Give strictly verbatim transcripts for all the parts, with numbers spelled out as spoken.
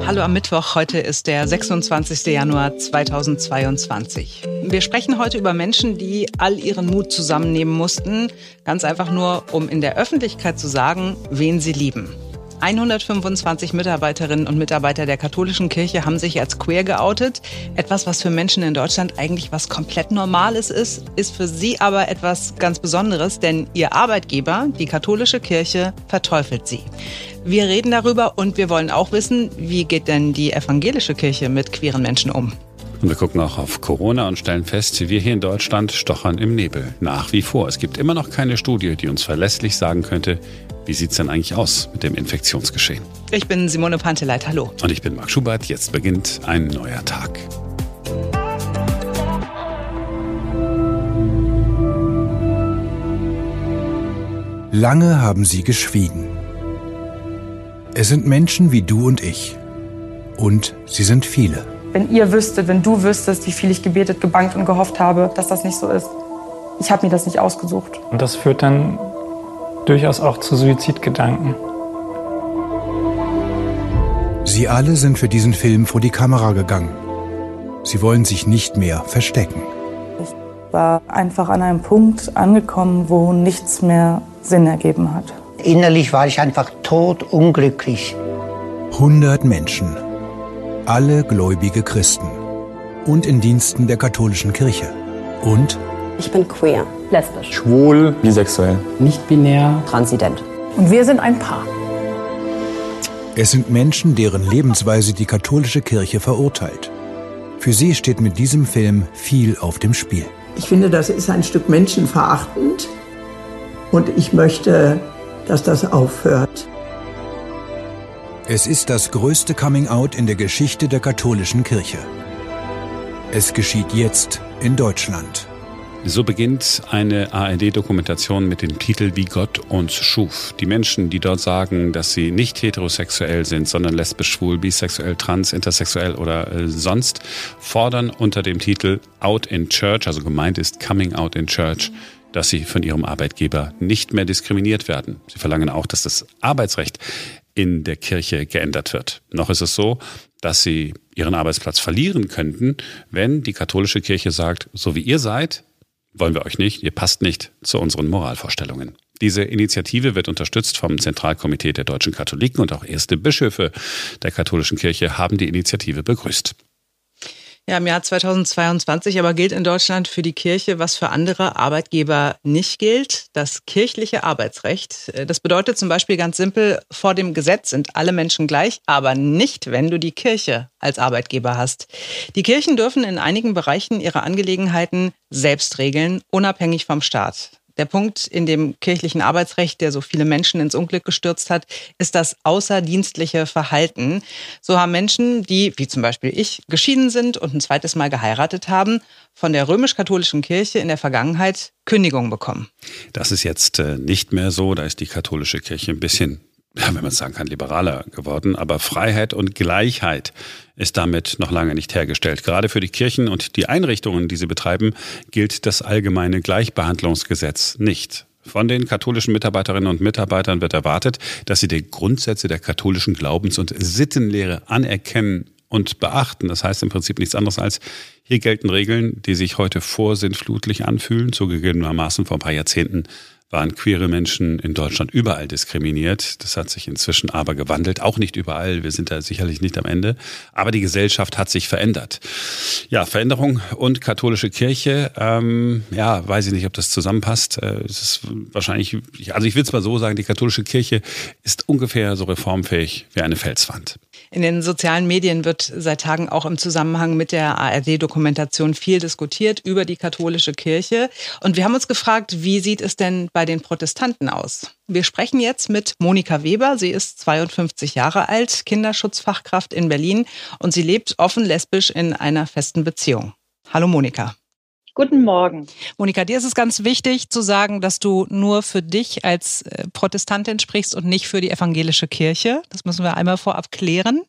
Hallo am Mittwoch, heute ist der sechsundzwanzigster Januar zweitausendzweiundzwanzig. Wir sprechen heute über Menschen, die all ihren Mut zusammennehmen mussten, ganz einfach nur, um in der Öffentlichkeit zu sagen, wen sie lieben. hundertfünfundzwanzig Mitarbeiterinnen und Mitarbeiter der katholischen Kirche haben sich als queer geoutet. Etwas, was für Menschen in Deutschland eigentlich was komplett Normales ist, ist für sie aber etwas ganz Besonderes, denn ihr Arbeitgeber, die katholische Kirche, verteufelt sie. Wir reden darüber und wir wollen auch wissen, wie geht denn die evangelische Kirche mit queeren Menschen um? Und wir gucken auch auf Corona und stellen fest, wir hier in Deutschland stochern im Nebel. Nach wie vor. Es gibt immer noch keine Studie, die uns verlässlich sagen könnte, wie sieht es denn eigentlich aus mit dem Infektionsgeschehen. Ich bin Simone Panteleit, hallo. Und ich bin Marc Schubert. Jetzt beginnt ein neuer Tag. Lange haben sie geschwiegen. Es sind Menschen wie du und ich. Und sie sind viele. Wenn ihr wüsstet, wenn du wüsstest, wie viel ich gebetet, gebangt und gehofft habe, dass das nicht so ist. Ich habe mir das nicht ausgesucht. Und das führt dann durchaus auch zu Suizidgedanken. Sie alle sind für diesen Film vor die Kamera gegangen. Sie wollen sich nicht mehr verstecken. Ich war einfach an einem Punkt angekommen, wo nichts mehr Sinn ergeben hat. Innerlich war ich einfach todunglücklich. hundert Menschen. Alle gläubige Christen und in Diensten der katholischen Kirche. Und ich bin queer, lesbisch, schwul, bisexuell, nicht-binär, transident. Und wir sind ein Paar. Es sind Menschen, deren Lebensweise die katholische Kirche verurteilt. Für sie steht mit diesem Film viel auf dem Spiel. Ich finde, das ist ein Stück menschenverachtend und ich möchte, dass das aufhört. Es ist das größte Coming-out in der Geschichte der katholischen Kirche. Es geschieht jetzt in Deutschland. So beginnt eine A R D-Dokumentation mit dem Titel Wie Gott uns schuf. Die Menschen, die dort sagen, dass sie nicht heterosexuell sind, sondern lesbisch, schwul, bisexuell, trans, intersexuell oder äh, sonst, fordern unter dem Titel Out in Church, also gemeint ist Coming Out in Church, dass sie von ihrem Arbeitgeber nicht mehr diskriminiert werden. Sie verlangen auch, dass das Arbeitsrecht in der Kirche geändert wird. Noch ist es so, dass sie ihren Arbeitsplatz verlieren könnten, wenn die katholische Kirche sagt, so wie ihr seid, wollen wir euch nicht, ihr passt nicht zu unseren Moralvorstellungen. Diese Initiative wird unterstützt vom Zentralkomitee der deutschen Katholiken und auch erste Bischöfe der katholischen Kirche haben die Initiative begrüßt. Ja, im Jahr zweitausendzweiundzwanzig aber gilt in Deutschland für die Kirche, was für andere Arbeitgeber nicht gilt, das kirchliche Arbeitsrecht. Das bedeutet zum Beispiel ganz simpel, vor dem Gesetz sind alle Menschen gleich, aber nicht, wenn du die Kirche als Arbeitgeber hast. Die Kirchen dürfen in einigen Bereichen ihre Angelegenheiten selbst regeln, unabhängig vom Staat. Der Punkt in dem kirchlichen Arbeitsrecht, der so viele Menschen ins Unglück gestürzt hat, ist das außerdienstliche Verhalten. So haben Menschen, die, wie zum Beispiel ich, geschieden sind und ein zweites Mal geheiratet haben, von der römisch-katholischen Kirche in der Vergangenheit Kündigung bekommen. Das ist jetzt nicht mehr so. Da ist die katholische Kirche ein bisschen, ja, wenn man sagen kann, liberaler geworden. Aber Freiheit und Gleichheit ist damit noch lange nicht hergestellt. Gerade für die Kirchen und die Einrichtungen, die sie betreiben, gilt das allgemeine Gleichbehandlungsgesetz nicht. Von den katholischen Mitarbeiterinnen und Mitarbeitern wird erwartet, dass sie die Grundsätze der katholischen Glaubens- und Sittenlehre anerkennen und beachten. Das heißt im Prinzip nichts anderes als, hier gelten Regeln, die sich heute vorsintflutlich anfühlen. Zugegebenermaßen vor ein paar Jahrzehnten waren queere Menschen in Deutschland überall diskriminiert. Das hat sich inzwischen aber gewandelt. Auch nicht überall. Wir sind da sicherlich nicht am Ende. Aber die Gesellschaft hat sich verändert. Ja, Veränderung und katholische Kirche. Ähm, ja, weiß ich nicht, ob das zusammenpasst. Äh, es ist wahrscheinlich, also ich will es mal so sagen, die katholische Kirche ist ungefähr so reformfähig wie eine Felswand. In den sozialen Medien wird seit Tagen auch im Zusammenhang mit der A R D-Dokumentation viel diskutiert über die katholische Kirche. Und wir haben uns gefragt, wie sieht es denn bei den Protestanten aus? Wir sprechen jetzt mit Monika Weber. Sie ist zweiundfünfzig Jahre alt, Kinderschutzfachkraft in Berlin und sie lebt offen lesbisch in einer festen Beziehung. Hallo Monika. Guten Morgen. Monika, dir ist es ganz wichtig zu sagen, dass du nur für dich als Protestantin sprichst und nicht für die evangelische Kirche. Das müssen wir einmal vorab klären.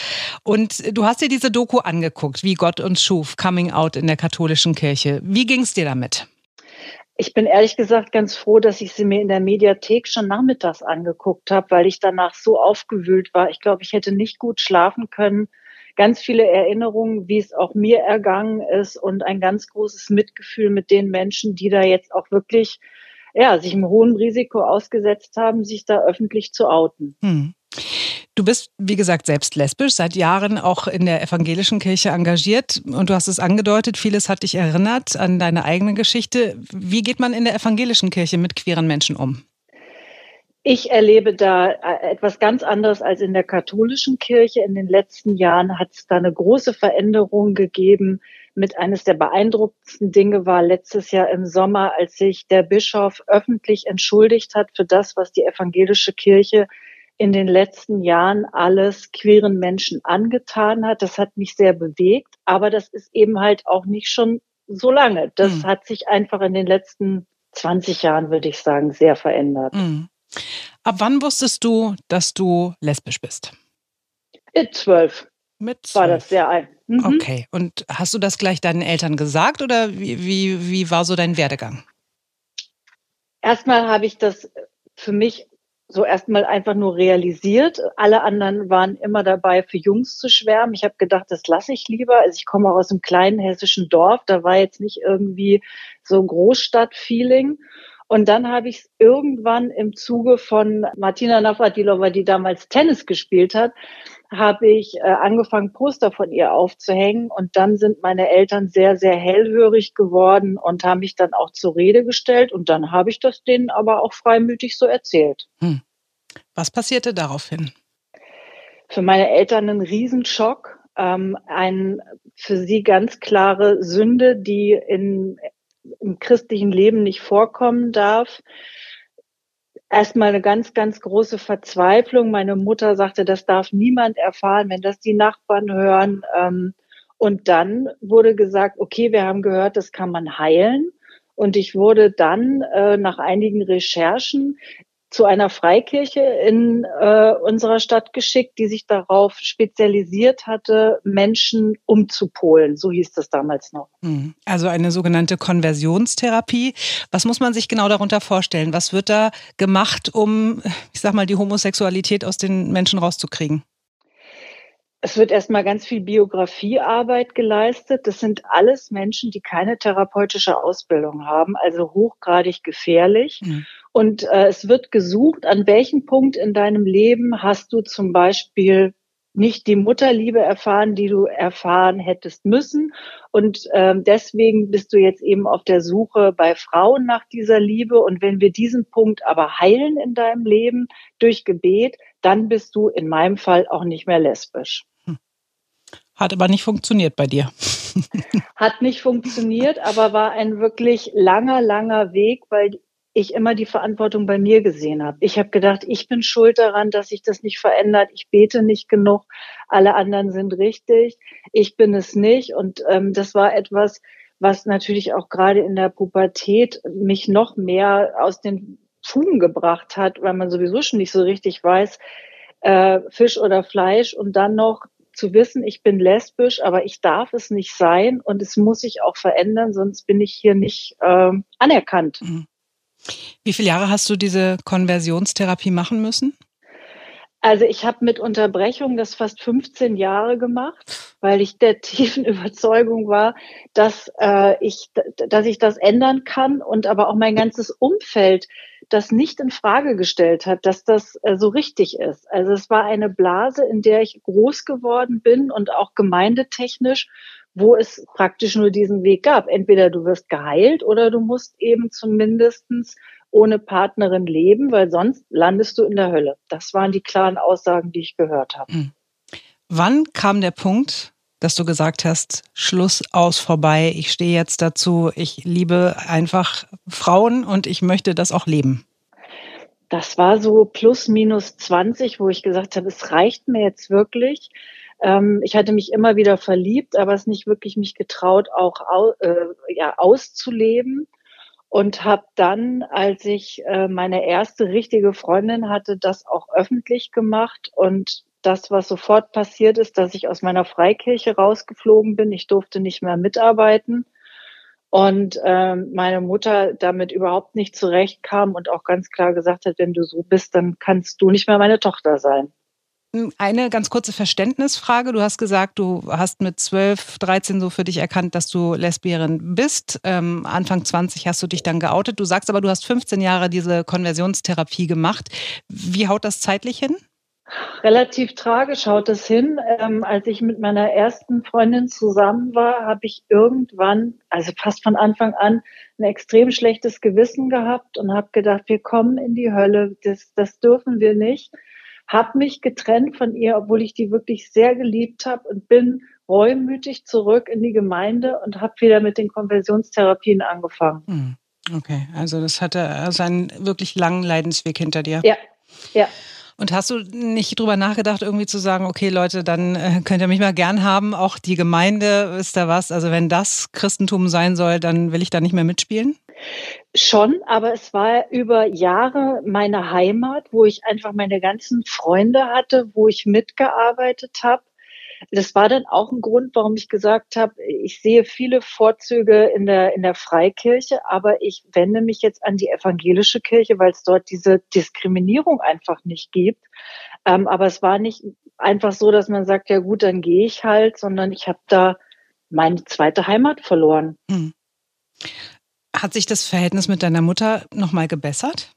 Und du hast dir diese Doku angeguckt, wie Gott uns schuf, Coming Out in der katholischen Kirche. Wie ging es dir damit? Ich bin ehrlich gesagt ganz froh, dass ich sie mir in der Mediathek schon nachmittags angeguckt habe, weil ich danach so aufgewühlt war. Ich glaube, ich hätte nicht gut schlafen können. Ganz viele Erinnerungen, wie es auch mir ergangen ist und ein ganz großes Mitgefühl mit den Menschen, die da jetzt auch wirklich, ja, sich einem hohen Risiko ausgesetzt haben, sich da öffentlich zu outen. Hm. Du bist, wie gesagt, selbst lesbisch, seit Jahren auch in der evangelischen Kirche engagiert und du hast es angedeutet, vieles hat dich erinnert an deine eigene Geschichte. Wie geht man in der evangelischen Kirche mit queeren Menschen um? Ich erlebe da etwas ganz anderes als in der katholischen Kirche. In den letzten Jahren hat es da eine große Veränderung gegeben. Mit eines der beeindruckendsten Dinge war letztes Jahr im Sommer, als sich der Bischof öffentlich entschuldigt hat für das, was die evangelische Kirche in den letzten Jahren alles queeren Menschen angetan hat. Das hat mich sehr bewegt, aber das ist eben halt auch nicht schon so lange. Das mhm. hat sich einfach in den letzten zwanzig Jahren, würde ich sagen, sehr verändert. Mhm. Ab wann wusstest du, dass du lesbisch bist? Mit zwölf. Mit zwölf. War das sehr ein. Mhm. Okay, und hast du das gleich deinen Eltern gesagt oder wie, wie, wie war so dein Werdegang? Erstmal habe ich das für mich so erstmal einfach nur realisiert. Alle anderen waren immer dabei, für Jungs zu schwärmen. Ich habe gedacht, das lasse ich lieber. Also ich komme auch aus einem kleinen hessischen Dorf. Da war jetzt nicht irgendwie so Großstadt-Feeling. Und dann habe ich es irgendwann im Zuge von Martina Navratilova, die damals Tennis gespielt hat, habe ich äh, angefangen, Poster von ihr aufzuhängen. Und dann sind meine Eltern sehr, sehr hellhörig geworden und haben mich dann auch zur Rede gestellt. Und dann habe ich das denen aber auch freimütig so erzählt. Hm. Was passierte daraufhin? Für meine Eltern ein Riesenschock. Ähm, ein für sie ganz klare Sünde, die in, im christlichen Leben nicht vorkommen darf. Erstmal eine ganz, ganz große Verzweiflung. Meine Mutter sagte, das darf niemand erfahren, wenn das die Nachbarn hören. Und dann wurde gesagt, okay, wir haben gehört, das kann man heilen. Und ich wurde dann nach einigen Recherchen zu einer Freikirche in äh, unserer Stadt geschickt, die sich darauf spezialisiert hatte, Menschen umzupolen. So hieß das damals noch. Also eine sogenannte Konversionstherapie. Was muss man sich genau darunter vorstellen? Was wird da gemacht, um, ich sag mal, die Homosexualität aus den Menschen rauszukriegen? Es wird erstmal ganz viel Biografiearbeit geleistet. Das sind alles Menschen, die keine therapeutische Ausbildung haben, also hochgradig gefährlich. Mhm. Und äh, es wird gesucht, an welchem Punkt in deinem Leben hast du zum Beispiel nicht die Mutterliebe erfahren, die du erfahren hättest müssen. Und ähm, deswegen bist du jetzt eben auf der Suche bei Frauen nach dieser Liebe. Und wenn wir diesen Punkt aber heilen in deinem Leben durch Gebet, dann bist du in meinem Fall auch nicht mehr lesbisch. Hat aber nicht funktioniert bei dir. Hat nicht funktioniert, aber war ein wirklich langer, langer Weg, weil ich immer die Verantwortung bei mir gesehen habe. Ich habe gedacht, ich bin schuld daran, dass sich das nicht verändert. Ich bete nicht genug. Alle anderen sind richtig. Ich bin es nicht. Und ähm, das war etwas, was natürlich auch gerade in der Pubertät mich noch mehr aus den Fugen gebracht hat, weil man sowieso schon nicht so richtig weiß, äh, Fisch oder Fleisch, und dann noch zu wissen, ich bin lesbisch, aber ich darf es nicht sein und es muss sich auch verändern, sonst bin ich hier nicht äh, anerkannt. Wie viele Jahre hast du diese Konversionstherapie machen müssen? Also ich habe mit Unterbrechung das fast fünfzehn Jahre gemacht, weil ich der tiefen Überzeugung war, dass äh, ich, dass ich das ändern kann und aber auch mein ganzes Umfeld das nicht in Frage gestellt hat, dass das äh, so richtig ist. Also es war eine Blase, in der ich groß geworden bin und auch gemeindetechnisch, wo es praktisch nur diesen Weg gab. Entweder du wirst geheilt oder du musst eben zumindestens ohne Partnerin leben, weil sonst landest du in der Hölle. Das waren die klaren Aussagen, die ich gehört habe. Mhm. Wann kam der Punkt, dass du gesagt hast, Schluss, aus, vorbei, ich stehe jetzt dazu, ich liebe einfach Frauen und ich möchte das auch leben? Das war so plus minus zwanzig, wo ich gesagt habe, es reicht mir jetzt wirklich. Ähm, ich hatte mich immer wieder verliebt, aber es nicht wirklich mich getraut, auch au, äh, ja, auszuleben. Und habe dann, als ich äh, meine erste richtige Freundin hatte, das auch öffentlich gemacht. Und das, was sofort passiert ist, dass ich aus meiner Freikirche rausgeflogen bin. Ich durfte nicht mehr mitarbeiten. Und ähm, meine Mutter damit überhaupt nicht zurechtkam und auch ganz klar gesagt hat, wenn du so bist, dann kannst du nicht mehr meine Tochter sein. Eine ganz kurze Verständnisfrage. Du hast gesagt, du hast mit zwölf, dreizehn so für dich erkannt, dass du Lesbierin bist. Ähm, Anfang zwanzig hast du dich dann geoutet. Du sagst aber, du hast fünfzehn Jahre diese Konversionstherapie gemacht. Wie haut das zeitlich hin? Relativ tragisch haut es hin. Ähm, als ich mit meiner ersten Freundin zusammen war, habe ich irgendwann, also fast von Anfang an, ein extrem schlechtes Gewissen gehabt und habe gedacht, wir kommen in die Hölle, das, das dürfen wir nicht. Habe mich getrennt von ihr, obwohl ich die wirklich sehr geliebt habe und bin reumütig zurück in die Gemeinde und habe wieder mit den Konversionstherapien angefangen. Okay, also das hatte also einen wirklich langen Leidensweg hinter dir. Ja, ja. Und hast du nicht drüber nachgedacht, irgendwie zu sagen, okay Leute, dann äh, könnt ihr mich mal gern haben, auch die Gemeinde, ist da was? Also wenn das Christentum sein soll, dann will ich da nicht mehr mitspielen? Schon, aber es war über Jahre meine Heimat, wo ich einfach meine ganzen Freunde hatte, wo ich mitgearbeitet habe. Das war dann auch ein Grund, warum ich gesagt habe, ich sehe viele Vorzüge in der, in der Freikirche, aber ich wende mich jetzt an die evangelische Kirche, weil es dort diese Diskriminierung einfach nicht gibt. Ähm, aber es war nicht einfach so, dass man sagt, ja gut, dann gehe ich halt, sondern ich habe da meine zweite Heimat verloren. Hm. Hat sich das Verhältnis mit deiner Mutter nochmal gebessert?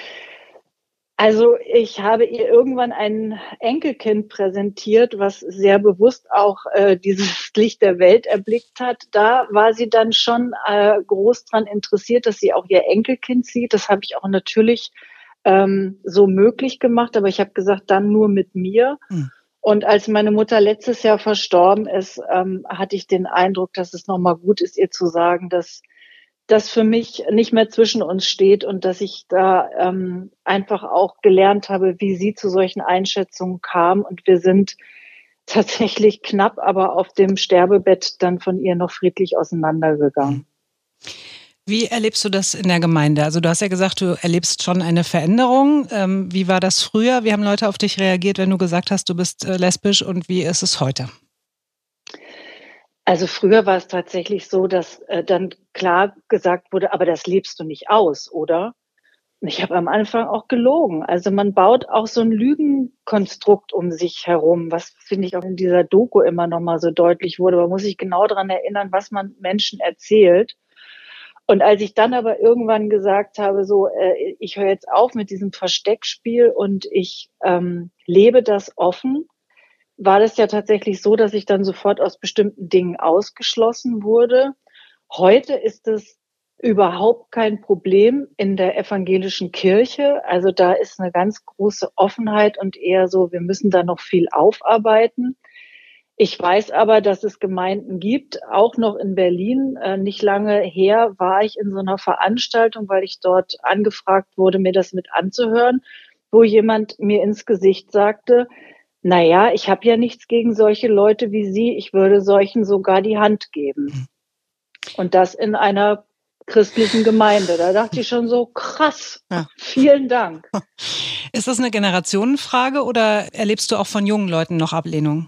Also ich habe ihr irgendwann ein Enkelkind präsentiert, was sehr bewusst auch äh, dieses Licht der Welt erblickt hat. Da war sie dann schon äh, groß dran interessiert, dass sie auch ihr Enkelkind sieht. Das habe ich auch natürlich ähm, so möglich gemacht, aber ich habe gesagt, dann nur mit mir. Hm. Und als meine Mutter letztes Jahr verstorben ist, ähm, hatte ich den Eindruck, dass es nochmal gut ist, ihr zu sagen, dass das für mich nicht mehr zwischen uns steht und dass ich da ähm, einfach auch gelernt habe, wie sie zu solchen Einschätzungen kam. Und wir sind tatsächlich knapp, aber auf dem Sterbebett dann von ihr noch friedlich auseinandergegangen. Wie erlebst du das in der Gemeinde? Also du hast ja gesagt, du erlebst schon eine Veränderung. Ähm, wie war das früher? Wie haben Leute auf dich reagiert, wenn du gesagt hast, du bist äh, lesbisch, und wie ist es heute? Also früher war es tatsächlich so, dass äh, dann klar gesagt wurde, aber das lebst du nicht aus, oder? Und ich habe am Anfang auch gelogen. Also man baut auch so ein Lügenkonstrukt um sich herum, was, finde ich, auch in dieser Doku immer noch mal so deutlich wurde. Man muss sich genau daran erinnern, was man Menschen erzählt. Und als ich dann aber irgendwann gesagt habe, so, äh, ich höre jetzt auf mit diesem Versteckspiel und ich ähm, lebe das offen, war das ja tatsächlich so, dass ich dann sofort aus bestimmten Dingen ausgeschlossen wurde. Heute ist es überhaupt kein Problem in der evangelischen Kirche. Also da ist eine ganz große Offenheit und eher so, wir müssen da noch viel aufarbeiten. Ich weiß aber, dass es Gemeinden gibt, auch noch in Berlin. Äh, nicht lange her war ich in so einer Veranstaltung, weil ich dort angefragt wurde, mir das mit anzuhören, wo jemand mir ins Gesicht sagte, naja, ich habe ja nichts gegen solche Leute wie Sie, ich würde solchen sogar die Hand geben. Und das in einer christlichen Gemeinde. Da dachte ich schon so, krass, ja. Vielen Dank. Ist das eine Generationenfrage oder erlebst du auch von jungen Leuten noch Ablehnung?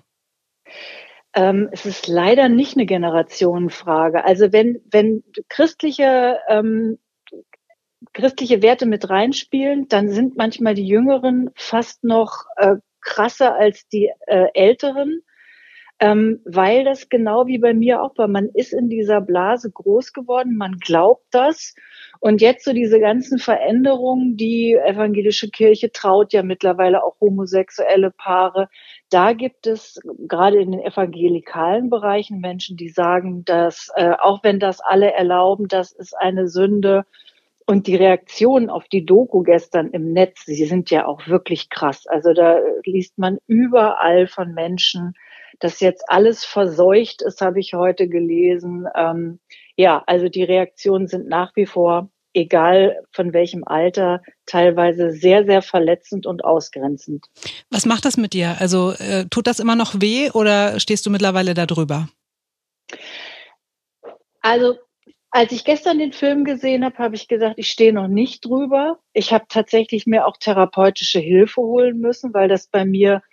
Ähm, es ist leider nicht eine Generationenfrage. Also wenn, wenn christliche, ähm, christliche Werte mit reinspielen, dann sind manchmal die Jüngeren fast noch äh, krasser als die äh, Älteren, ähm, weil das genau wie bei mir auch war. Man ist in dieser Blase groß geworden, man glaubt das. Und jetzt so diese ganzen Veränderungen, die evangelische Kirche traut ja mittlerweile auch homosexuelle Paare. Da gibt es gerade in den evangelikalen Bereichen Menschen, die sagen, dass äh, auch wenn das alle erlauben, das ist eine Sünde. Und die Reaktionen auf die Doku gestern im Netz, sie sind ja auch wirklich krass. Also da liest man überall von Menschen, dass jetzt alles verseucht ist, habe ich heute gelesen. Ähm, ja, also die Reaktionen sind nach wie vor, egal von welchem Alter, teilweise sehr, sehr verletzend und ausgrenzend. Was macht das mit dir? Also äh, tut das immer noch weh oder stehst du mittlerweile da drüber? Also als ich gestern den Film gesehen habe, habe ich gesagt, ich stehe noch nicht drüber. Ich habe tatsächlich mir auch therapeutische Hilfe holen müssen, weil das bei mir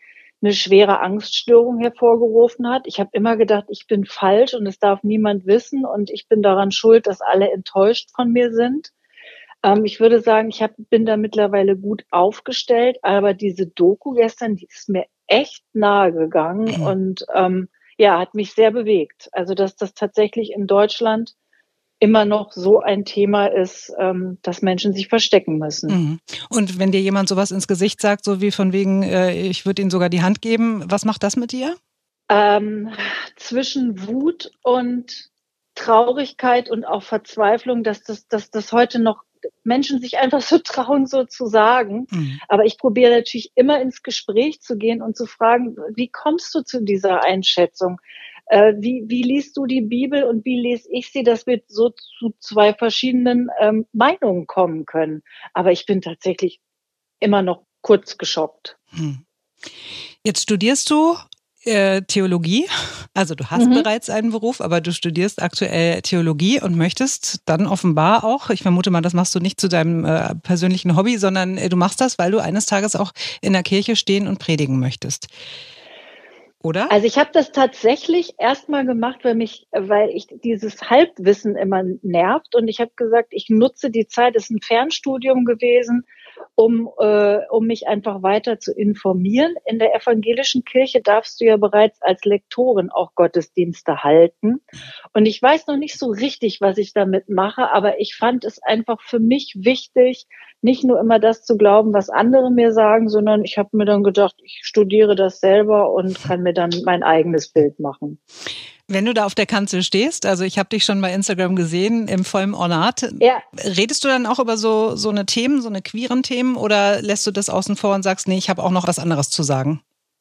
eine schwere Angststörung hervorgerufen hat. Ich habe immer gedacht, ich bin falsch und es darf niemand wissen und ich bin daran schuld, dass alle enttäuscht von mir sind. Ähm, ich würde sagen, ich hab, bin da mittlerweile gut aufgestellt, aber diese Doku gestern, die ist mir echt nahe gegangen und ähm, ja, hat mich sehr bewegt. Also, dass das tatsächlich in Deutschland immer noch so ein Thema ist, ähm, dass Menschen sich verstecken müssen. Mhm. Und wenn dir jemand sowas ins Gesicht sagt, so wie von wegen, äh, ich würde ihnen sogar die Hand geben, was macht das mit dir? Ähm, zwischen Wut und Traurigkeit und auch Verzweiflung, dass das, dass das heute noch Menschen sich einfach so trauen, so zu sagen. Mhm. Aber ich probiere natürlich immer ins Gespräch zu gehen und zu fragen, wie kommst du zu dieser Einschätzung? Äh, wie, wie liest du die Bibel und wie lese ich sie, dass wir so zu zwei verschiedenen ähm, Meinungen kommen können? Aber ich bin tatsächlich immer noch kurz geschockt. Hm. Jetzt studierst du äh, Theologie, also du hast mhm. bereits einen Beruf, aber du studierst aktuell Theologie und möchtest dann offenbar auch, ich vermute mal, das machst du nicht zu deinem äh, persönlichen Hobby, sondern äh, du machst das, weil du eines Tages auch in der Kirche stehen und predigen möchtest. Oder? Also ich habe das tatsächlich erstmal gemacht, weil mich, weil ich dieses Halbwissen immer nervt und ich habe gesagt, ich nutze die Zeit, es ist ein Fernstudium gewesen, um äh, um mich einfach weiter zu informieren. In der evangelischen Kirche darfst du ja bereits als Lektorin auch Gottesdienste halten und ich weiß noch nicht so richtig, was ich damit mache, aber ich fand es einfach für mich wichtig, nicht nur immer das zu glauben, was andere mir sagen, sondern ich habe mir dann gedacht, ich studiere das selber und kann mir dann mein eigenes Bild machen. Wenn du da auf der Kanzel stehst, also ich habe dich schon bei Instagram gesehen, im vollen Ornat, ja. Redest du dann auch über so, so eine Themen, so eine queeren Themen oder lässt du das außen vor und sagst, nee, ich habe auch noch was anderes zu sagen?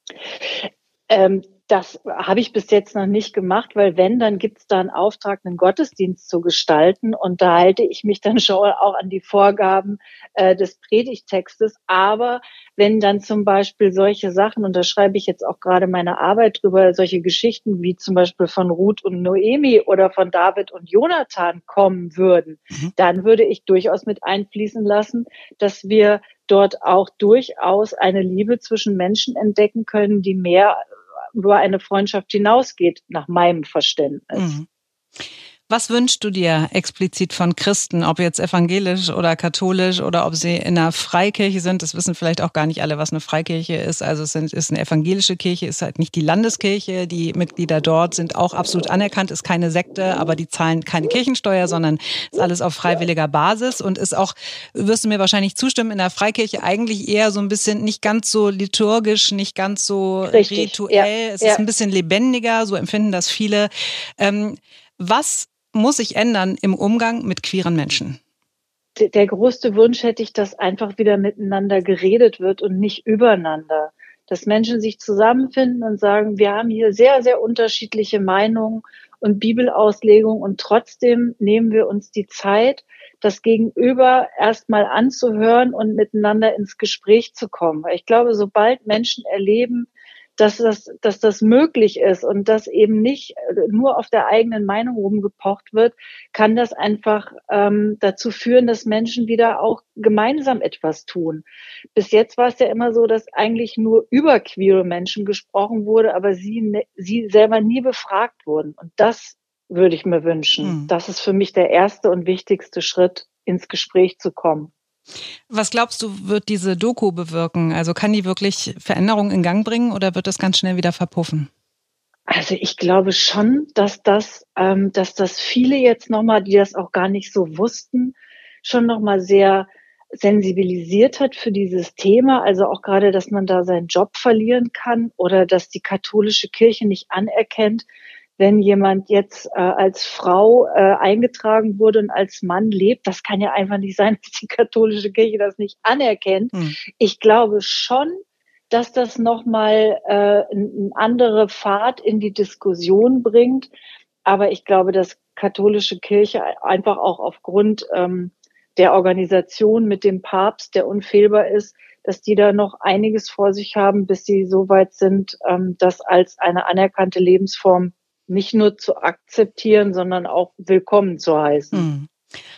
Ähm, das habe ich bis jetzt noch nicht gemacht, weil wenn, dann gibt es da einen Auftrag, einen Gottesdienst zu gestalten und da halte ich mich dann schon auch an die Vorgaben äh, des Predigtextes. Aber wenn dann zum Beispiel solche Sachen, und da schreibe ich jetzt auch gerade meine Arbeit drüber, solche Geschichten wie zum Beispiel von Ruth und Noemi oder von David und Jonathan kommen würden, mhm. dann würde ich durchaus mit einfließen lassen, dass wir dort auch durchaus eine Liebe zwischen Menschen entdecken können, die mehr über eine Freundschaft hinausgeht, nach meinem Verständnis. Mhm. Was wünschst du dir explizit von Christen, ob jetzt evangelisch oder katholisch oder ob sie in einer Freikirche sind? Das wissen vielleicht auch gar nicht alle, was eine Freikirche ist. Also es ist eine evangelische Kirche, ist halt nicht die Landeskirche. Die Mitglieder dort sind auch absolut anerkannt, ist keine Sekte, aber die zahlen keine Kirchensteuer, sondern ist alles auf freiwilliger Basis und ist auch, wirst du mir wahrscheinlich zustimmen, in der Freikirche eigentlich eher so ein bisschen nicht ganz so liturgisch, nicht ganz so Richtig, rituell. Ja, es ja. ist ein bisschen lebendiger, so empfinden das viele. Ähm, was muss sich ändern im Umgang mit queeren Menschen? Der größte Wunsch hätte ich, dass einfach wieder miteinander geredet wird und nicht übereinander. Dass Menschen sich zusammenfinden und sagen, wir haben hier sehr, sehr unterschiedliche Meinungen und Bibelauslegungen und trotzdem nehmen wir uns die Zeit, das Gegenüber erstmal anzuhören und miteinander ins Gespräch zu kommen. Weil ich glaube, sobald Menschen erleben, dass das, dass das möglich ist und dass eben nicht nur auf der eigenen Meinung rumgepocht wird, kann das einfach ähm, dazu führen, dass Menschen wieder auch gemeinsam etwas tun. Bis jetzt war es ja immer so, dass eigentlich nur über queere Menschen gesprochen wurde, aber sie, sie selber nie befragt wurden. Und das würde ich mir wünschen. Hm. Das ist für mich der erste und wichtigste Schritt, ins Gespräch zu kommen. Was glaubst du, wird diese Doku bewirken? Also kann die wirklich Veränderungen in Gang bringen oder wird das ganz schnell wieder verpuffen? Also ich glaube schon, dass das, ähm, dass das viele jetzt nochmal, die das auch gar nicht so wussten, schon nochmal sehr sensibilisiert hat für dieses Thema. Also auch gerade, dass man da seinen Job verlieren kann oder dass die katholische Kirche nicht anerkennt, wenn jemand jetzt äh, als Frau äh, eingetragen wurde und als Mann lebt. Das kann ja einfach nicht sein, dass die katholische Kirche das nicht anerkennt. Hm. Ich glaube schon, dass das nochmal äh, eine andere Fahrt in die Diskussion bringt. Aber ich glaube, dass katholische Kirche einfach auch aufgrund ähm, der Organisation mit dem Papst, der unfehlbar ist, dass die da noch einiges vor sich haben, bis sie so weit sind, ähm, das als eine anerkannte Lebensform nicht nur zu akzeptieren, sondern auch willkommen zu heißen. Hm.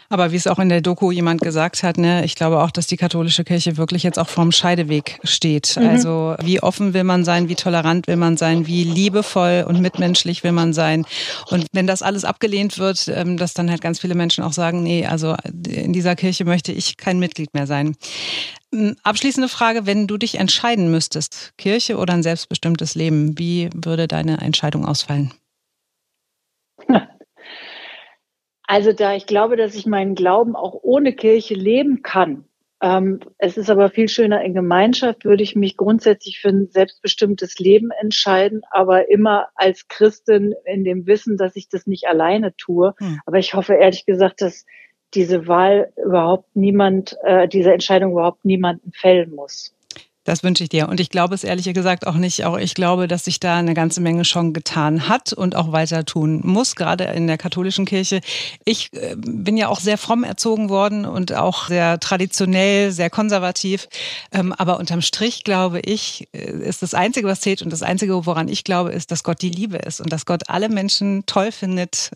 Aber wie es auch in der Doku jemand gesagt hat, ne, ich glaube auch, dass die katholische Kirche wirklich jetzt auch vorm Scheideweg steht. Mhm. Also wie offen will man sein, wie tolerant will man sein, wie liebevoll und mitmenschlich will man sein. Und wenn das alles abgelehnt wird, dass dann halt ganz viele Menschen auch sagen, nee, also in dieser Kirche möchte ich kein Mitglied mehr sein. Abschließende Frage, wenn du dich entscheiden müsstest, Kirche oder ein selbstbestimmtes Leben, wie würde deine Entscheidung ausfallen? Also da ich glaube, dass ich meinen Glauben auch ohne Kirche leben kann. Ähm, es ist aber viel schöner in Gemeinschaft, würde ich mich grundsätzlich für ein selbstbestimmtes Leben entscheiden, aber immer als Christin in dem Wissen, dass ich das nicht alleine tue. Hm. Aber ich hoffe ehrlich gesagt, dass diese Wahl überhaupt niemand, äh, diese Entscheidung überhaupt niemanden fällen muss. Das wünsche ich dir. Und ich glaube es ehrlich gesagt auch nicht. Auch ich glaube, dass sich da eine ganze Menge schon getan hat und auch weiter tun muss, gerade in der katholischen Kirche. Ich äh, bin ja auch sehr fromm erzogen worden und auch sehr traditionell, sehr konservativ. Ähm, aber unterm Strich, glaube ich, ist das Einzige, was zählt und das Einzige, woran ich glaube, ist, dass Gott die Liebe ist und dass Gott alle Menschen toll findet.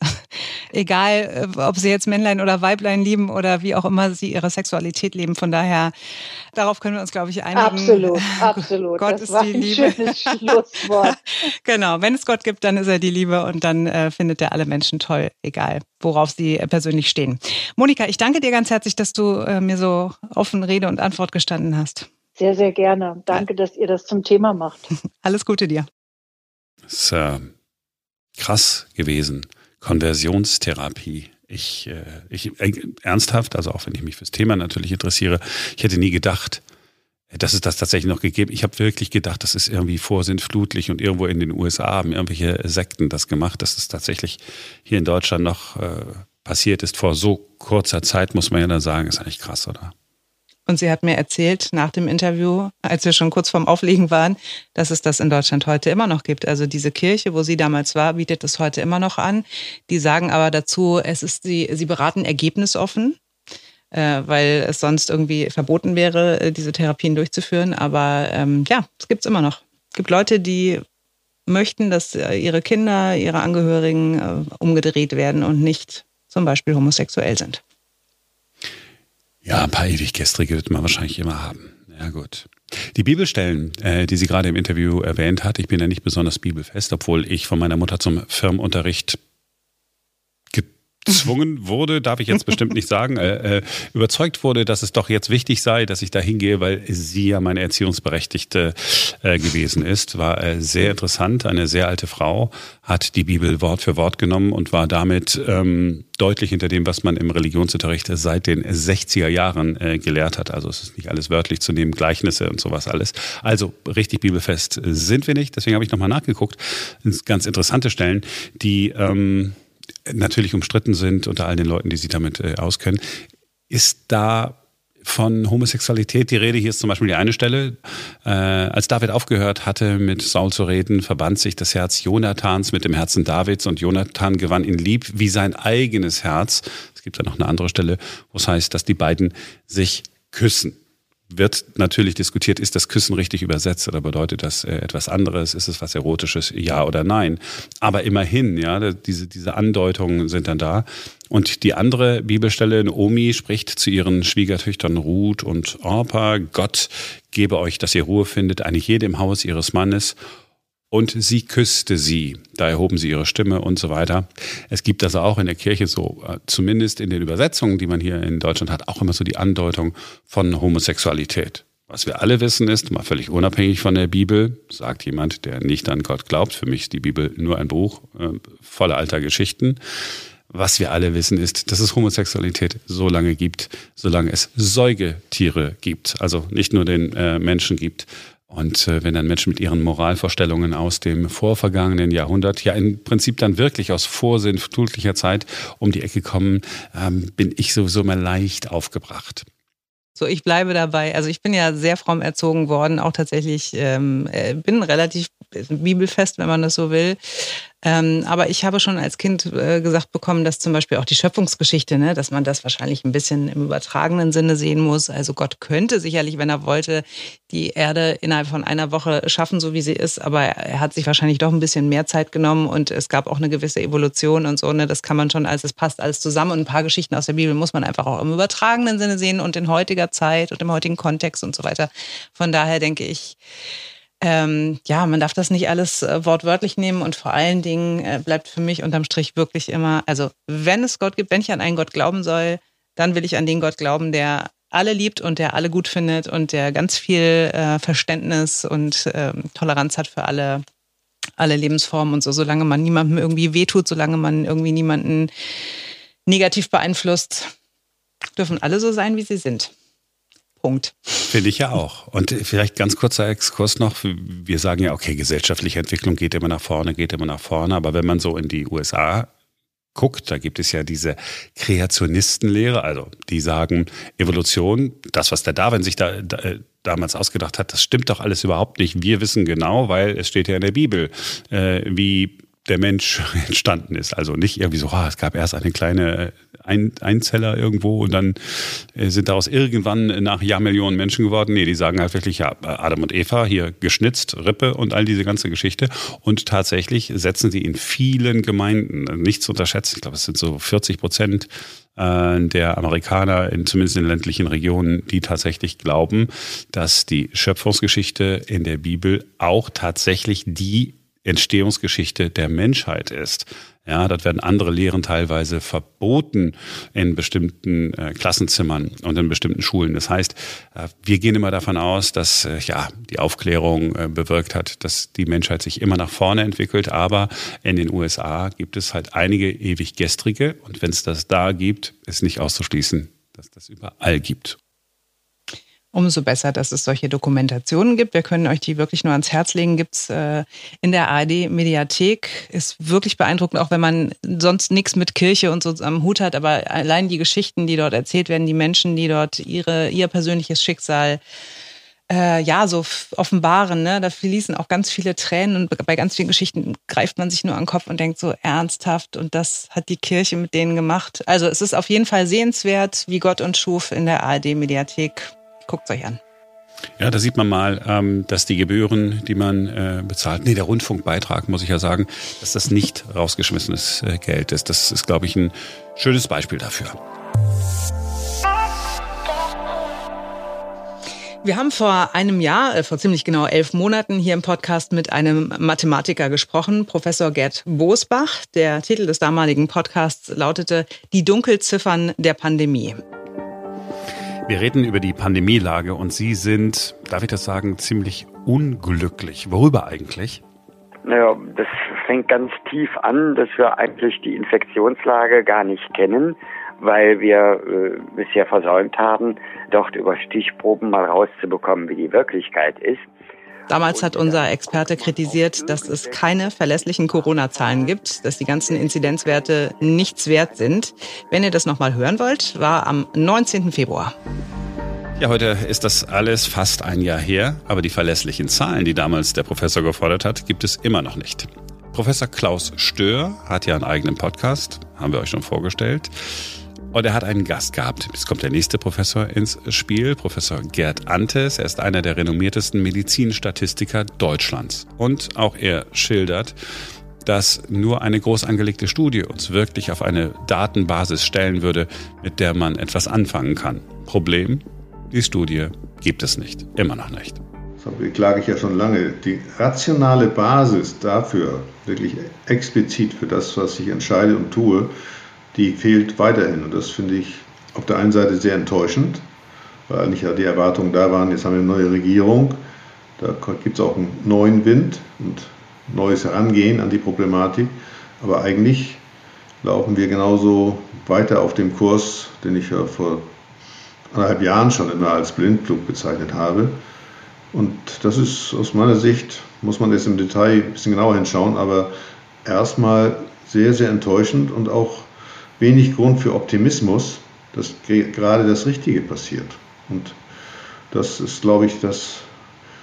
Egal, ob sie jetzt Männlein oder Weiblein lieben oder wie auch immer sie ihre Sexualität leben. Von daher, darauf können wir uns, glaube ich, einigen. Absolut. Absolut, absolut. Gott das ist war die ein Liebe. Schönes Schlusswort. Genau, wenn es Gott gibt, dann ist er die Liebe und dann äh, findet er alle Menschen toll, egal worauf sie äh, persönlich stehen. Monika, ich danke dir ganz herzlich, dass du äh, mir so offen Rede und Antwort gestanden hast. Sehr, sehr gerne. Danke, dass ihr das zum Thema macht. Alles Gute dir. Das ist äh, krass gewesen. Konversionstherapie. Ich, äh, ich äh, ernsthaft, also auch wenn ich mich fürs Thema natürlich interessiere, ich hätte nie gedacht, dass es das tatsächlich noch gegeben. Ich habe wirklich gedacht, das ist irgendwie vorsintflutlich und irgendwo in den U S A haben irgendwelche Sekten das gemacht, dass es tatsächlich hier in Deutschland noch äh, passiert ist. Vor so kurzer Zeit, muss man ja dann sagen, ist eigentlich krass, oder? Und sie hat mir erzählt nach dem Interview, als wir schon kurz vorm Auflegen waren, dass es das in Deutschland heute immer noch gibt. Also diese Kirche, wo sie damals war, bietet es heute immer noch an. Die sagen aber dazu, es ist sie, sie beraten ergebnisoffen, äh, weil es sonst irgendwie verboten wäre, diese Therapien durchzuführen. Aber ähm, ja, es gibt es immer noch. Es gibt Leute, die möchten, dass ihre Kinder, ihre Angehörigen äh, umgedreht werden und nicht zum Beispiel homosexuell sind. Ja, ein paar Ewiggestrige wird man wahrscheinlich immer haben. Ja, gut. Die Bibelstellen, äh, die sie gerade im Interview erwähnt hat, ich bin ja nicht besonders bibelfest, obwohl ich von meiner Mutter zum Firmenunterricht gezwungen wurde, darf ich jetzt bestimmt nicht sagen, äh, äh, überzeugt wurde, dass es doch jetzt wichtig sei, dass ich da hingehe, weil sie ja meine Erziehungsberechtigte äh, gewesen ist. War äh, sehr interessant. Eine sehr alte Frau hat die Bibel Wort für Wort genommen und war damit ähm, deutlich hinter dem, was man im Religionsunterricht seit den sechziger Jahren äh, gelehrt hat. Also es ist nicht alles wörtlich zu nehmen, Gleichnisse und sowas alles. Also richtig bibelfest sind wir nicht. Deswegen habe ich nochmal nachgeguckt. Ganz interessante Stellen, die ähm, natürlich umstritten sind unter all den Leuten, die sich damit äh, auskennen. Ist da von Homosexualität die Rede? Hier ist zum Beispiel die eine Stelle. Äh, als David aufgehört hatte, mit Saul zu reden, verband sich das Herz Jonathans mit dem Herzen Davids und Jonathan gewann ihn lieb wie sein eigenes Herz. Es gibt da noch eine andere Stelle, wo es heißt, dass die beiden sich küssen. Wird natürlich diskutiert, ist das Küssen richtig übersetzt oder bedeutet das äh, etwas anderes? Ist es was Erotisches? Ja oder nein? Aber immerhin, ja, diese, diese Andeutungen sind dann da. Und die andere Bibelstelle, Naomi spricht zu ihren Schwiegertöchtern Ruth und Orpa: Gott gebe euch, dass ihr Ruhe findet, eine jede im Haus ihres Mannes. Und sie küsste sie, da erhoben sie ihre Stimme und so weiter. Es gibt also auch in der Kirche so, zumindest in den Übersetzungen, die man hier in Deutschland hat, auch immer so die Andeutung von Homosexualität. Was wir alle wissen ist, mal völlig unabhängig von der Bibel, sagt jemand, der nicht an Gott glaubt, für mich ist die Bibel nur ein Buch äh, voller alter Geschichten. Was wir alle wissen ist, dass es Homosexualität so lange gibt, solange es Säugetiere gibt, also nicht nur den äh, Menschen gibt. Und äh, wenn dann Menschen mit ihren Moralvorstellungen aus dem vorvergangenen Jahrhundert, ja im Prinzip dann wirklich aus vorsintflutlicher Zeit um die Ecke kommen, ähm, bin ich sowieso mal leicht aufgebracht. So, ich bleibe dabei. Also ich bin ja sehr fromm erzogen worden, auch tatsächlich, ähm, bin relativ bibelfest, wenn man das so will. Ähm, aber ich habe schon als Kind äh, gesagt bekommen, dass zum Beispiel auch die Schöpfungsgeschichte, ne, dass man das wahrscheinlich ein bisschen im übertragenen Sinne sehen muss. Also Gott könnte sicherlich, wenn er wollte, die Erde innerhalb von einer Woche schaffen, so wie sie ist. Aber er hat sich wahrscheinlich doch ein bisschen mehr Zeit genommen und es gab auch eine gewisse Evolution und so. Ne, das kann man schon, als es passt, alles zusammen. Und ein paar Geschichten aus der Bibel muss man einfach auch im übertragenen Sinne sehen und in heutiger Zeit und im heutigen Kontext und so weiter. Von daher denke ich, Ähm, ja, man darf das nicht alles äh, wortwörtlich nehmen und vor allen Dingen äh, bleibt für mich unterm Strich wirklich immer, also wenn es Gott gibt, wenn ich an einen Gott glauben soll, dann will ich an den Gott glauben, der alle liebt und der alle gut findet und der ganz viel äh, Verständnis und ähm, Toleranz hat für alle, alle Lebensformen und so, solange man niemandem irgendwie wehtut, solange man irgendwie niemanden negativ beeinflusst, dürfen alle so sein, wie sie sind. Punkt. Finde ich ja auch. Und vielleicht ganz kurzer Exkurs noch. Wir sagen ja, okay, gesellschaftliche Entwicklung geht immer nach vorne, geht immer nach vorne. Aber wenn man so in die U S A guckt, da gibt es ja diese Kreationistenlehre, also die sagen, Evolution, das, was der Darwin sich da, da damals ausgedacht hat, das stimmt doch alles überhaupt nicht. Wir wissen genau, weil es steht ja in der Bibel, äh, wie der Mensch entstanden ist. Also nicht irgendwie so, oh, es gab erst eine kleine Ein- Einzeller irgendwo und dann sind daraus irgendwann nach Jahrmillionen Menschen geworden. Nee, die sagen halt wirklich, ja, Adam und Eva, hier geschnitzt, Rippe und all diese ganze Geschichte. Und tatsächlich setzen sie in vielen Gemeinden, nicht zu unterschätzen, ich glaube, es sind so vierzig Prozent der Amerikaner, in, zumindest in ländlichen Regionen, die tatsächlich glauben, dass die Schöpfungsgeschichte in der Bibel auch tatsächlich die Entstehungsgeschichte der Menschheit ist. Ja, dort werden andere Lehren teilweise verboten in bestimmten äh, Klassenzimmern und in bestimmten Schulen. Das heißt, äh, wir gehen immer davon aus, dass äh, ja die Aufklärung äh, bewirkt hat, dass die Menschheit sich immer nach vorne entwickelt. Aber in den U S A gibt es halt einige ewig Gestrige. Und wenn es das da gibt, ist nicht auszuschließen, dass das überall gibt. Umso besser, dass es solche Dokumentationen gibt. Wir können euch die wirklich nur ans Herz legen. Gibt es äh, in der A R D-Mediathek. Ist wirklich beeindruckend, auch wenn man sonst nichts mit Kirche und so am Hut hat. Aber allein die Geschichten, die dort erzählt werden, die Menschen, die dort ihre ihr persönliches Schicksal äh, ja so offenbaren, ne? Da fließen auch ganz viele Tränen und bei ganz vielen Geschichten greift man sich nur an den Kopf und denkt so ernsthaft und das hat die Kirche mit denen gemacht. Also es ist auf jeden Fall sehenswert, wie Gott uns schuf in der A R D-Mediathek. Guckt euch an. Ja, da sieht man mal, ähm, dass die Gebühren, die man äh, bezahlt, nee, der Rundfunkbeitrag, muss ich ja sagen, dass das nicht rausgeschmissenes äh, Geld ist. Das ist, glaube ich, ein schönes Beispiel dafür. Wir haben vor einem Jahr, äh, vor ziemlich genau elf Monaten hier im Podcast mit einem Mathematiker gesprochen, Professor Gerd Bosbach. Der Titel des damaligen Podcasts lautete Die Dunkelziffern der Pandemie. Wir reden über die Pandemielage und Sie sind, darf ich das sagen, ziemlich unglücklich. Worüber eigentlich? Naja, das fängt ganz tief an, dass wir eigentlich die Infektionslage gar nicht kennen, weil wir äh, bisher versäumt haben, dort über Stichproben mal rauszubekommen, wie die Wirklichkeit ist. Damals hat unser Experte kritisiert, dass es keine verlässlichen Corona-Zahlen gibt, dass die ganzen Inzidenzwerte nichts wert sind. Wenn ihr das nochmal hören wollt, war am neunzehnten Februar. Ja, heute ist das alles fast ein Jahr her, aber die verlässlichen Zahlen, die damals der Professor gefordert hat, gibt es immer noch nicht. Professor Klaus Stöhr hat ja einen eigenen Podcast, haben wir euch schon vorgestellt. Und er hat einen Gast gehabt. Jetzt kommt der nächste Professor ins Spiel, Professor Gerd Antes. Er ist einer der renommiertesten Medizinstatistiker Deutschlands. Und auch er schildert, dass nur eine groß angelegte Studie uns wirklich auf eine Datenbasis stellen würde, mit der man etwas anfangen kann. Problem? Die Studie gibt es nicht. Immer noch nicht. Das beklage ich ja schon lange. Die rationale Basis dafür, wirklich explizit für das, was ich entscheide und tue, die fehlt weiterhin. Und das finde ich auf der einen Seite sehr enttäuschend, weil eigentlich ja die Erwartungen da waren, jetzt haben wir eine neue Regierung, da gibt es auch einen neuen Wind und neues Herangehen an die Problematik. Aber eigentlich laufen wir genauso weiter auf dem Kurs, den ich ja vor anderthalb Jahren schon immer als Blindflug bezeichnet habe. Und das ist aus meiner Sicht, muss man jetzt im Detail ein bisschen genauer hinschauen, aber erstmal sehr, sehr enttäuschend und auch wenig Grund für Optimismus, dass gerade das Richtige passiert. Und das ist, glaube ich, das,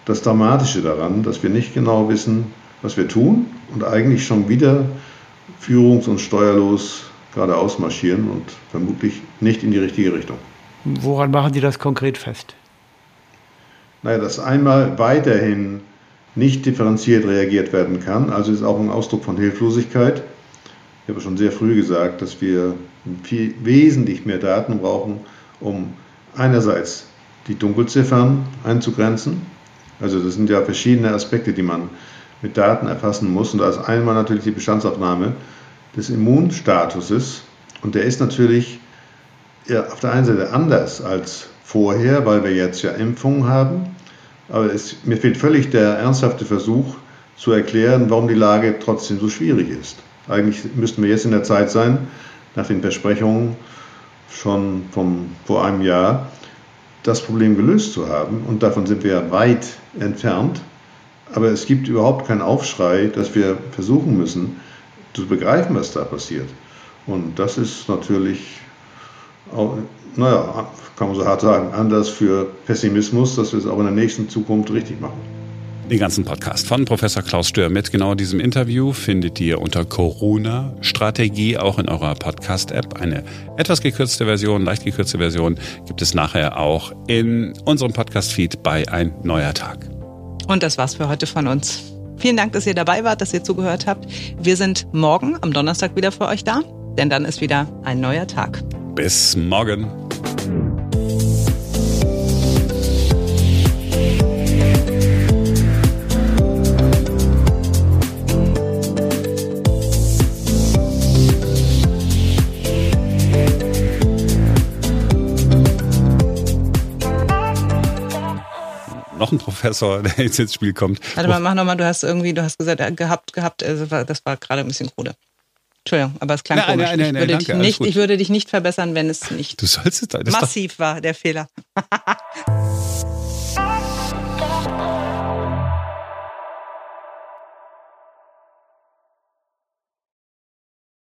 das Dramatische daran, dass wir nicht genau wissen, was wir tun und eigentlich schon wieder führungs- und steuerlos geradeaus marschieren und vermutlich nicht in die richtige Richtung. Woran machen Sie das konkret fest? Naja, dass einmal weiterhin nicht differenziert reagiert werden kann, also ist auch ein Ausdruck von Hilflosigkeit. Ich habe schon sehr früh gesagt, dass wir viel, wesentlich mehr Daten brauchen, um einerseits die Dunkelziffern einzugrenzen. Also das sind ja verschiedene Aspekte, die man mit Daten erfassen muss. Und da ist einmal natürlich die Bestandsaufnahme des Immunstatuses. Und der ist natürlich ja, auf der einen Seite anders als vorher, weil wir jetzt ja Impfungen haben. Aber es, mir fehlt völlig der ernsthafte Versuch zu erklären, warum die Lage trotzdem so schwierig ist. Eigentlich müssten wir jetzt in der Zeit sein, nach den Versprechungen schon vom, vor einem Jahr, das Problem gelöst zu haben. Und davon sind wir weit entfernt. Aber es gibt überhaupt keinen Aufschrei, dass wir versuchen müssen, zu begreifen, was da passiert. Und das ist natürlich, auch, naja, kann man so hart sagen, Anlass für Pessimismus, dass wir es auch in der nächsten Zukunft richtig machen. Den ganzen Podcast von Professor Klaus Stör mit genau diesem Interview findet ihr unter Corona-Strategie auch in eurer Podcast-App. Eine etwas gekürzte Version, leicht gekürzte Version gibt es nachher auch in unserem Podcast-Feed bei Ein neuer Tag. Und das war's für heute von uns. Vielen Dank, dass ihr dabei wart, dass ihr zugehört habt. Wir sind morgen am Donnerstag wieder für euch da, denn dann ist wieder ein neuer Tag. Bis morgen. Noch ein Professor, der jetzt ins Spiel kommt. Warte mal, mach nochmal, du hast irgendwie, du hast gesagt, äh, gehabt, gehabt, äh, das war gerade ein bisschen krude. Entschuldigung, aber es klang nein, komisch. Nein, nein, ich, nein, würde danke, dich nicht, ich würde dich nicht verbessern, wenn es nicht du sollst es, das massiv war, der Fehler.